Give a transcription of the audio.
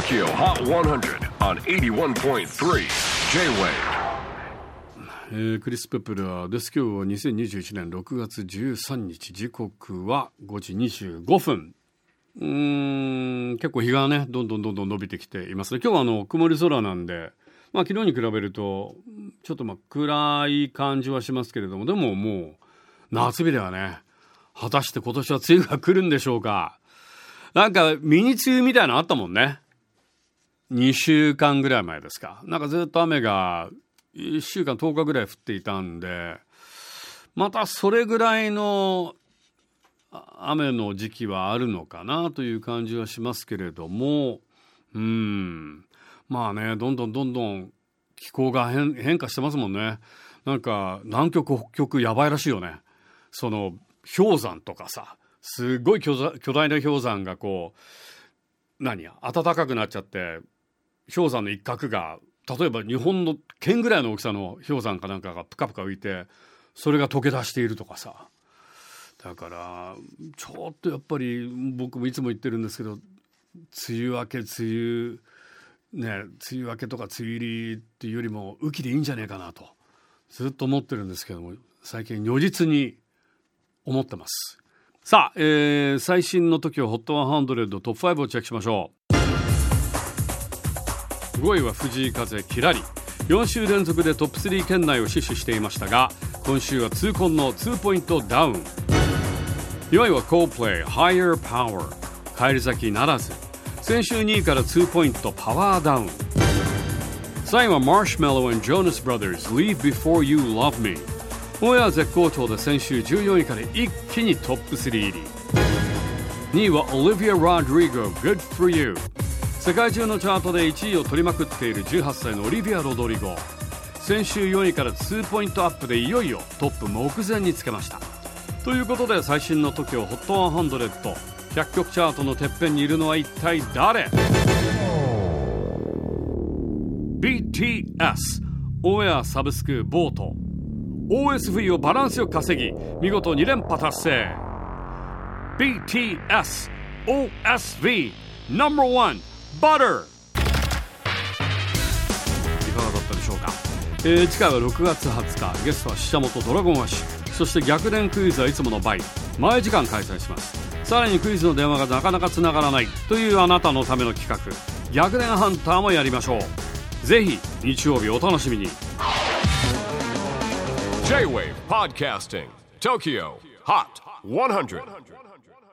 TOKYO HOT 100 on 81.3 J-WAVE、 クリス・ペプラーです。今日は2021年6月13日、時刻は5時25分。結構日がねどんどん伸びてきていますね。今日は曇り空なんで、昨日に比べるとちょっと暗い感じはしますけれども、でももう夏日ではね、果たして今年は梅雨が来るんでしょうか。なんかミニ梅雨みたいなのあったもんね。2週間ぐらい前ですか。なんかずっと雨が1週間10日ぐらい降っていたんで、またそれぐらいの雨の時期はあるのかなという感じはしますけれども、どんどん気候が変化してますもんね。なんか南極北極やばいらしいよね。その氷山とかさ、すごい巨大な氷山がこう暖かくなっちゃって、氷山の一角が例えば日本の県ぐらいの大きさの氷山かなんかがプカプカ浮いて、それが溶け出しているとかさ。だからちょっとやっぱり僕もいつも言ってるんですけど、梅雨明けとか梅雨入りっていうよりも雨季でいいんじゃねえかなとずっと思ってるんですけども、最近如実に思ってます。さあ、最新の時は HOT100 トップ5をチェックしましょう。5位は藤井風キラリ。4週連続でトップ3圏内を死守していましたが、今週は痛恨の2ポイントダウン。4位は Coldplay Higher Power、 返り咲きならず。先週2位から2ポイントパワーダウン。3位は Marshmello and Jonas Brothers Leave Before You Love Me。 オンエア絶好調で先週14位から一気にトップ3入り。2位は Olivia Rodrigo Good For You。 世界中のチャートで1位を取りまくっている18歳のオリビア・ロドリゴ、先週4位から2ポイントアップでいよいよトップ目前につけました。ということで最新の TOKYO HOT100 100曲チャートのてっぺんにいるのは一体誰？ BTS オンエアサブスクボート OSV をバランスよく稼ぎ、見事2連覇達成。 BTS OSV No.1 Butter。 いかがだったでしょうか。次回は6月20日、ゲストはシシャモとドラゴンアッシュ、そして逆転クイズはいつもの倍前時間開催します。さらにクイズの電話がなかなかつながらないというあなたのための企画、逆転ハンターもやりましょう。ぜひ日曜日お楽しみに。 J-WAVE PODCASTING TOKYO HOT 100